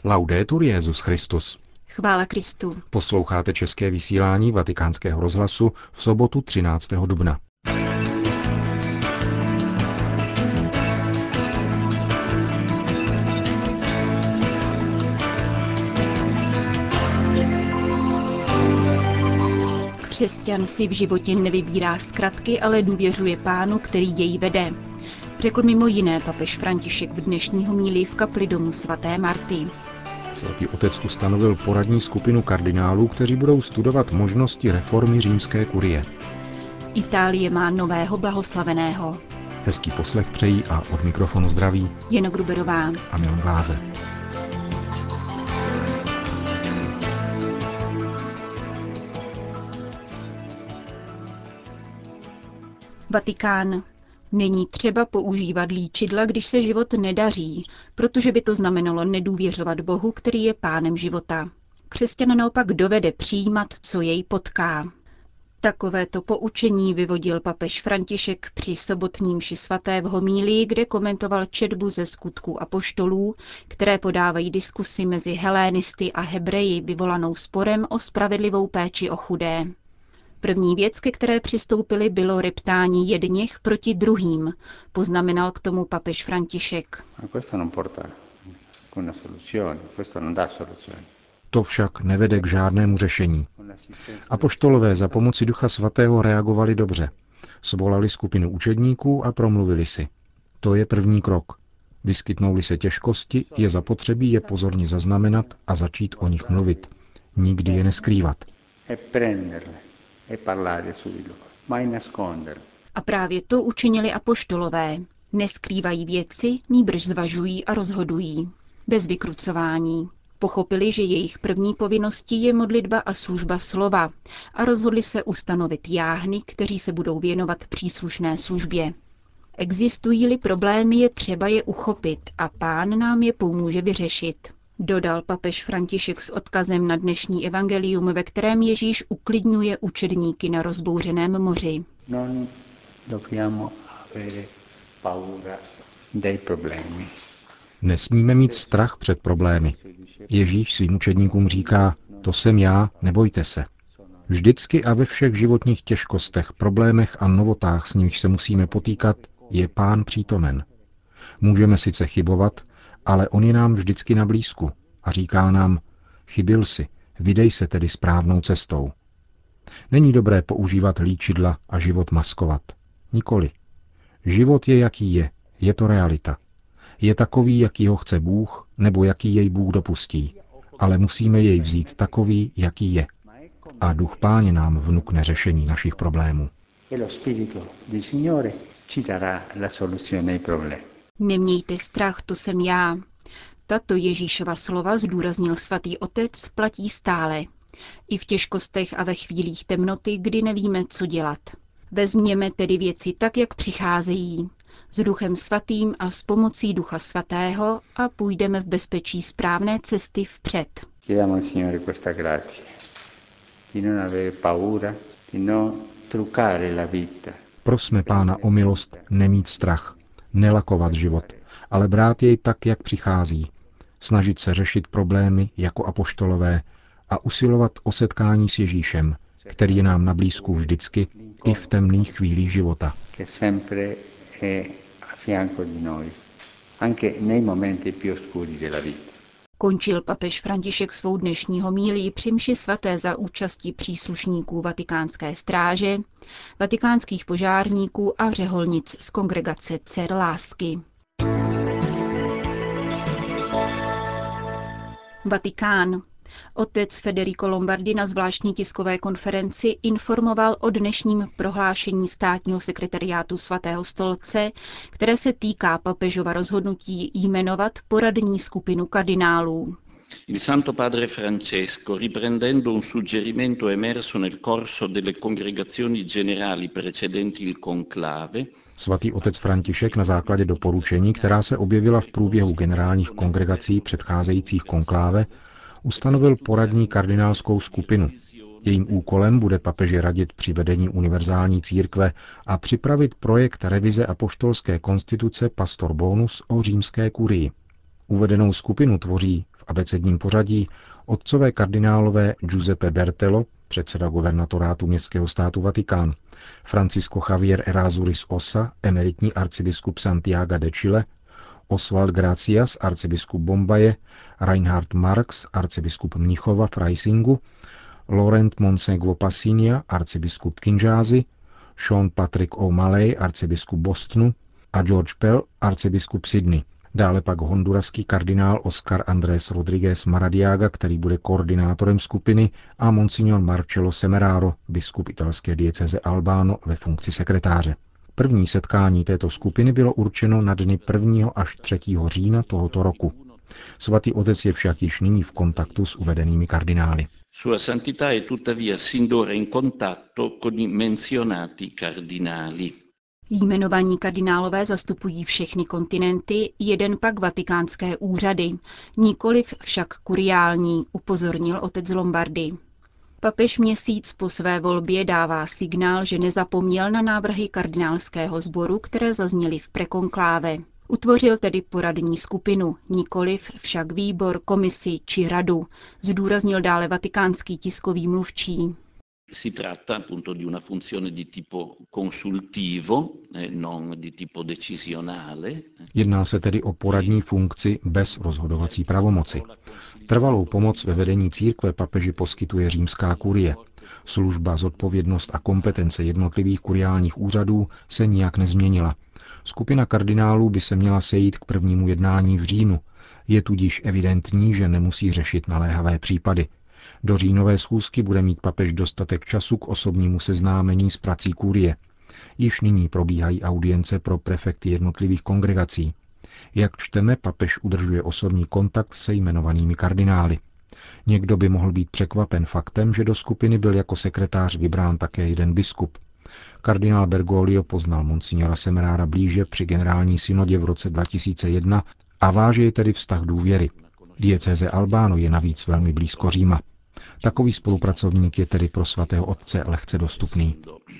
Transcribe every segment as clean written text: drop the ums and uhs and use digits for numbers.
Laudetur Jesus Christus. Chvála Kristu. Posloucháte české vysílání Vatikánského rozhlasu v sobotu 13. dubna. Křesťan si v životě nevybírá zkratky, ale důvěřuje Pánu, který jej vede. Řekl mimo jiné papež František v dnešní homílii v kapli domu svaté Marty. Svatý otec ustanovil poradní skupinu kardinálů, kteří budou studovat možnosti reformy římské kurie. Itálie má nového blahoslaveného. Hezký poslech přejí a od mikrofonu zdraví Jana Gruberová a Milan Glázer. Vatikán. Není třeba používat líčidla, když se život nedaří, protože by to znamenalo nedůvěřovat Bohu, který je pánem života. Křesťan naopak dovede přijímat, co jej potká. Takovéto poučení vyvodil papež František při sobotní mši svaté v homílii, kde komentoval četbu ze Skutků apoštolů, které podávají diskusi mezi helénisty a Hebreji vyvolanou sporem o spravedlivou péči o chudé. První věc, ke které přistoupili, bylo reptání jedněch proti druhým, poznamenal k tomu papež František. To však nevede k žádnému řešení. Apoštolové za pomoci Ducha Svatého reagovali dobře. Svolali skupinu učedníků a promluvili si. To je první krok. Vyskytnou-li se těžkosti, je zapotřebí je pozorně zaznamenat a začít o nich mluvit. Nikdy je neskrývat. A právě to učinili apoštolové. Neskrývají věci, nýbrž zvažují a rozhodují. Bez vykrucování. Pochopili, že jejich první povinností je modlitba a služba slova a rozhodli se ustanovit jáhny, kteří se budou věnovat příslušné službě. Existují-li problémy, je třeba je uchopit a Pán nám je pomůže vyřešit. Dodal papež František s odkazem na dnešní evangelium, ve kterém Ježíš uklidňuje učedníky na rozbouřeném moři. Nesmíme mít strach před problémy. Ježíš svým učedníkům říká, to jsem já, nebojte se. Vždycky a ve všech životních těžkostech, problémech a novotách, s nimiž se musíme potýkat, je Pán přítomen. Můžeme sice chybovat, ale on je nám vždycky na blízku a říká nám, chybil si, vydej se tedy správnou cestou. Není dobré používat líčidla a život maskovat. Nikoli. Život je, jaký je to realita. Je takový, jaký ho chce Bůh, nebo jaký jej Bůh dopustí. Ale musíme jej vzít takový, jaký je. A Duch Páně nám vnukne řešení našich problémů. Nemějte strach, to jsem já. Tato Ježíšova slova, zdůraznil svatý otec, platí stále. I v těžkostech a ve chvílích temnoty, kdy nevíme, co dělat. Vezměme tedy věci tak, jak přicházejí. S Duchem Svatým a s pomocí Ducha Svatého a půjdeme v bezpečí správné cesty vpřed. Prosme Pána o milost nemít strach, nelakovat život, ale brát jej tak, jak přichází. Snažit se řešit problémy jako apoštolové a usilovat o setkání s Ježíšem, který je nám na blízku vždycky i v temných chvílích života. Končil papež František svou dnešní homílii při mši svaté za účasti příslušníků vatikánské stráže, vatikánských požárníků a řeholnic z kongregace Dcer lásky. Vatikán. Otec Federico Lombardi na zvláštní tiskové konferenci informoval o dnešním prohlášení státního sekretariátu Svatého stolce, které se týká papežova rozhodnutí jmenovat poradní skupinu kardinálů. Il Santo Padre Francesco, riprendendo un suggerimento emerso nel corso delle congregazioni generali precedenti il conclave, Svatý otec František na základě doporučení, která se objevila v průběhu generálních kongregací předcházejících konkláve, ustanovil poradní kardinálskou skupinu. Jejím úkolem bude papeži radit při vedení univerzální církve a připravit projekt revize apoštolské konstituce Pastor Bonus o římské kurii. Uvedenou skupinu tvoří v abecedním pořadí otcové kardinálové Giuseppe Bertelo, předseda guvernatorátu městského státu Vatikán, Francisco Javier Errázuriz Ossa, emeritní arcibiskup Santiago de Chile, Oswald Gracias, arcibiskup Bombaje, Reinhard Marx, arcibiskup Mnichova Freisingu, Laurent Monsegwo Passinia, arcibiskup Kinshasy, Sean Patrick O'Malley, arcibiskup Bostonu a George Pell, arcibiskup Sydney. Dále pak honduraský kardinál Oscar Andrés Rodríguez Maradiaga, který bude koordinátorem skupiny, a monsignor Marcello Semeraro, biskup italské diecéze Albano ve funkci sekretáře. První setkání této skupiny bylo určeno na dny 1. až 3. října tohoto roku. Svatý otec je však již nyní v kontaktu s uvedenými kardinály. Sua Santità è tuttavia sin d'ora in contatto con i menzionati cardinali. Jmenovaní kardinálové zastupují všechny kontinenty, jeden pak vatikánské úřady, nikoliv však kuriální, upozornil otec Lombardy. Papež měsíc po své volbě dává signál, že nezapomněl na návrhy kardinálského sboru, které zazněly v prekonkláve. Utvořil tedy poradní skupinu, nikoliv však výbor, komisi či radu, zdůraznil dále vatikánský tiskový mluvčí. Si tratta appunto di una funzione di tipo consultivo, non di tipo decisionale. Jedná se tedy o poradní funkci bez rozhodovací pravomoci. Trvalou pomoc ve vedení církve papeži poskytuje římská kurie. Služba, zodpovědnost a kompetence jednotlivých kuriálních úřadů se nijak nezměnila. Skupina kardinálů by se měla sejít k prvnímu jednání v říjnu. Je tudíž evidentní, že nemusí řešit naléhavé případy. Do říjnové schůzky bude mít papež dostatek času k osobnímu seznámení s prací kurie. Již nyní probíhají audience pro prefekty jednotlivých kongregací. Jak čteme, papež udržuje osobní kontakt se jmenovanými kardinály. Někdo by mohl být překvapen faktem, že do skupiny byl jako sekretář vybrán také jeden biskup. Kardinál Bergoglio poznal monsignora Semerara blíže při generální synodě v roce 2001 a váže je tedy vztah důvěry. Diecéze Albano je navíc velmi blízko Říma. Takový spolupracovník je tedy pro svatého otce lehce dostupný.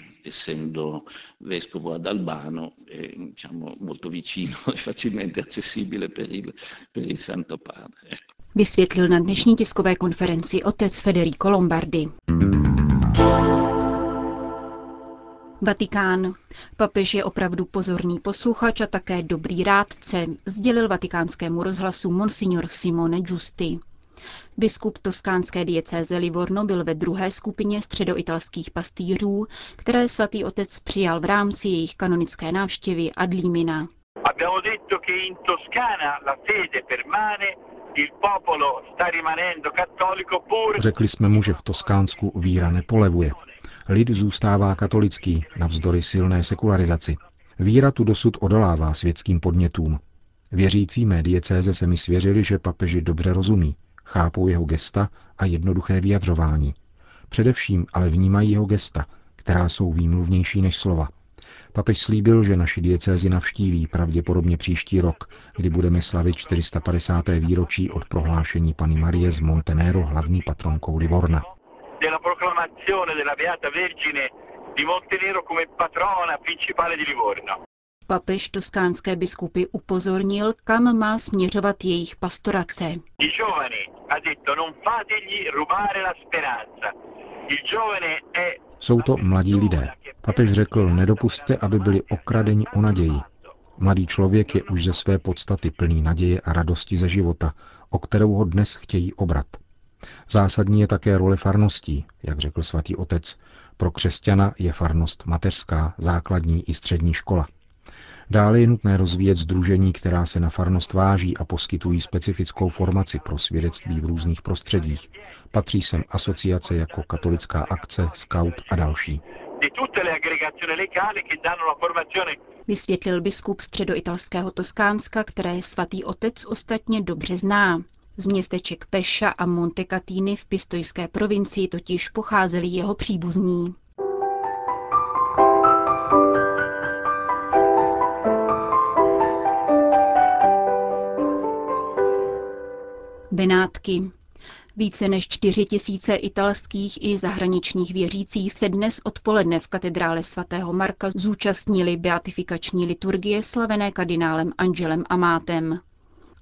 Essendo vescovo ad Albano, diciamo molto vicino e facilmente accessibile per il Santo Padre. Vysvětlil na dnešní tiskové konferenci otec Federico Lombardi. Vatikán. Papež je opravdu pozorný posluchač a také dobrý rádce, sdělil vatikánskému rozhlasu monsignor Simone Giusti. Biskup toskánské diecéze Livorno byl ve druhé skupině středoitalských pastýřů, které svatý otec přijal v rámci jejich kanonické návštěvy ad limina. Řekli jsme mu, že v Toskánsku víra nepolevuje. Lid zůstává katolický, navzdory silné sekularizaci. Víra tu dosud odolává světským podnětům. Věřící mé diecéze se mi svěřili, že papeži dobře rozumí, chápou jeho gesta a jednoduché vyjadřování. Především ale vnímají jeho gesta, která jsou výmluvnější než slova. Papež slíbil, že naši diecézi navštíví pravděpodobně příští rok, kdy budeme slavit 450. výročí od prohlášení Panny Marie z Montenero hlavní patronkou Livorna. Papež toskánské biskupy upozornil, kam má směřovat jejich pastorace. Jsou to mladí lidé. Papež řekl, nedopusťte, aby byli okradeni o naději. Mladý člověk je už ze své podstaty plný naděje a radosti ze života, o kterou ho dnes chtějí obrat. Zásadní je také role farností, jak řekl svatý otec. Pro křesťana je farnost mateřská, základní i střední škola. Dále je nutné rozvíjet sdružení, která se na farnost váží a poskytují specifickou formaci pro svědectví v různých prostředích. Patří sem asociace jako Katolická akce, Scout a další. Vysvětlil biskup středoitalského Toskánska, které svatý otec ostatně dobře zná. Z městeček Pescia a Montecatini v Pistojské provincii totiž pocházeli jeho příbuzní. Benátky. Více než 4 000 italských i zahraničních věřících se dnes odpoledne v katedrále svatého Marka zúčastnili beatifikační liturgie slavené kardinálem Angelem Amátem.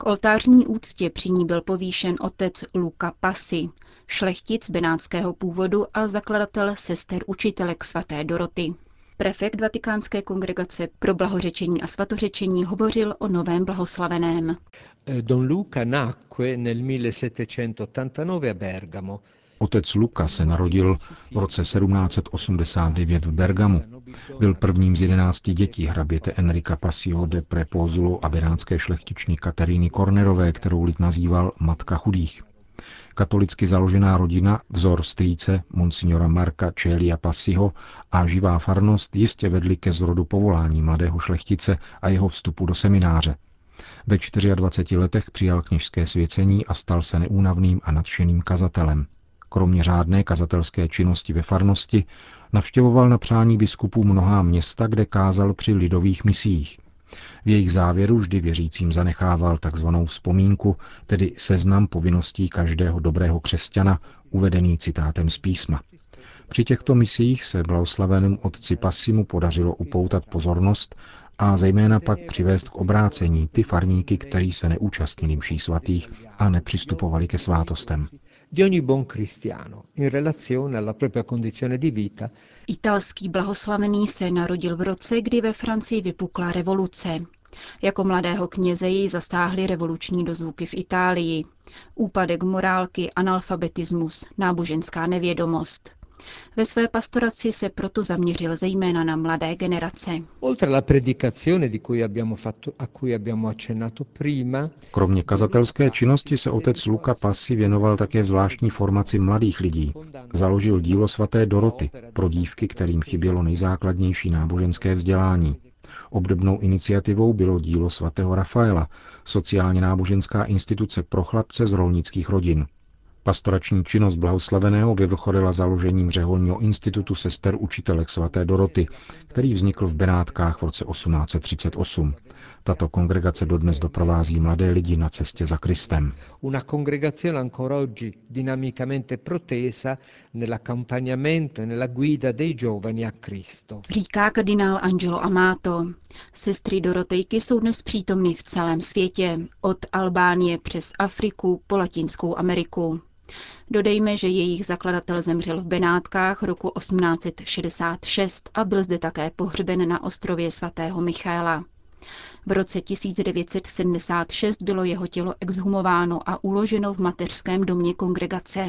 K oltářní úctě při ní byl povýšen otec Luca Passi, šlechtic benátského původu a zakladatel sester učitelek svaté Doroty. Prefekt Vatikánské kongregace pro blahořečení a svatořečení hovořil o novém blahoslaveném. Don Luca nacque nel 1789 a Bergamo. Otec Luca se narodil v roce 1789 v Bergamu. Byl prvním z 11 dětí hraběte Enrica Passio de Prepózulo a benátské šlechtičny Kateríny Kornerové, kterou lid nazýval Matka chudých. Katolicky založená rodina, vzor strýce monsignora Marka Celia Passiho a živá farnost jistě vedly ke zrodu povolání mladého šlechtice a jeho vstupu do semináře. Ve 24 letech přijal kněžské svěcení a stal se neúnavným a nadšeným kazatelem. Kromě řádné kazatelské činnosti ve farnosti navštěvoval na přání biskupů mnohá města, kde kázal při lidových misiích. V jejich závěru vždy věřícím zanechával takzvanou vzpomínku, tedy seznam povinností každého dobrého křesťana, uvedený citátem z písma. Při těchto misiích se blahoslavenému otci Passimu podařilo upoutat pozornost a zejména pak přivést k obrácení ty farníky, kteří se neúčastnili mší svatých a nepřistupovali ke svátostem. Di ogni buon cristiano in relazione alla propria condizione di vita. Italský blahoslavený se narodil v roce, kdy ve Francii vypukla revoluce. Jako mladého kněze jej zasáhly revoluční dozvuky v Itálii. Úpadek morálky, analfabetismus, náboženská nevědomost. Ve své pastoraci se proto zaměřil zejména na mladé generace. Kromě kazatelské činnosti se otec Luca Passi věnoval také zvláštní formaci mladých lidí. Založil dílo svaté Doroty pro dívky, kterým chybělo nejzákladnější náboženské vzdělání. Obdobnou iniciativou bylo dílo svatého Rafaela, sociálně náboženská instituce pro chlapce z rolnických rodin. Pastorační činnost blahoslaveného vyvrcholila založením řeholního institutu sester učitelek svaté Doroty, který vznikl v Benátkách v roce 1838. Tato kongregace dodnes doprovází mladé lidi na cestě za Kristem. Una congregazione ancora oggi dinamicamente protesa nell'accompagnamento e nella guida dei giovani a Cristo. Říká kardinál Angelo Amato. Sestry Dorotejky jsou dnes přítomny v celém světě, od Albánie přes Afriku po Latinskou Ameriku. Dodejme, že jejich zakladatel zemřel v Benátkách roku 1866 a byl zde také pohřben na ostrově svatého Michaela. V roce 1976 bylo jeho tělo exhumováno a uloženo v mateřském domě kongregace.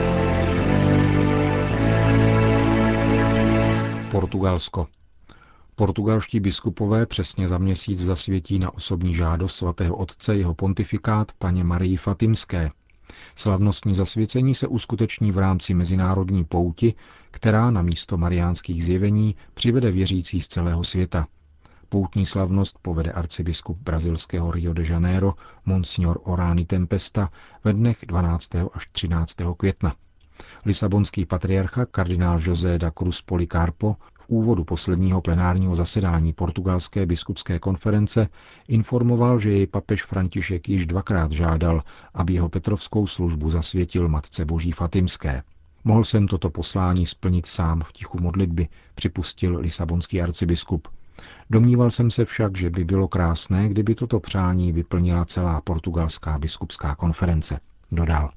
Portugalsko. Portugalští biskupové přesně za měsíc zasvětí na osobní žádost svatého otce jeho pontifikát paně Marii Fatimské. Slavnostní zasvěcení se uskuteční v rámci mezinárodní pouti, která na místo mariánských zjevení přivede věřící z celého světa. Poutní slavnost povede arcibiskup brazilského Rio de Janeiro Monsignor Orani Tempesta ve dnech 12. až 13. května. Lisabonský patriarcha kardinál José da Cruz Policarpo v úvodu posledního plenárního zasedání portugalské biskupské konference informoval, že jej papež František již dvakrát žádal, aby jeho petrovskou službu zasvětil Matce Boží Fatimské. Mohl jsem toto poslání splnit sám v tichu modlitby, připustil lisabonský arcibiskup. Domníval jsem se však, že by bylo krásné, kdyby toto přání vyplnila celá portugalská biskupská konference, dodal.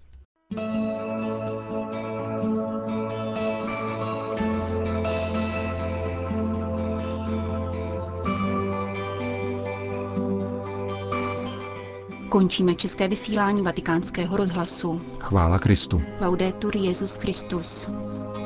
Končíme české vysílání Vatikánského rozhlasu. Chvála Kristu. Laudetur Jesus Christus.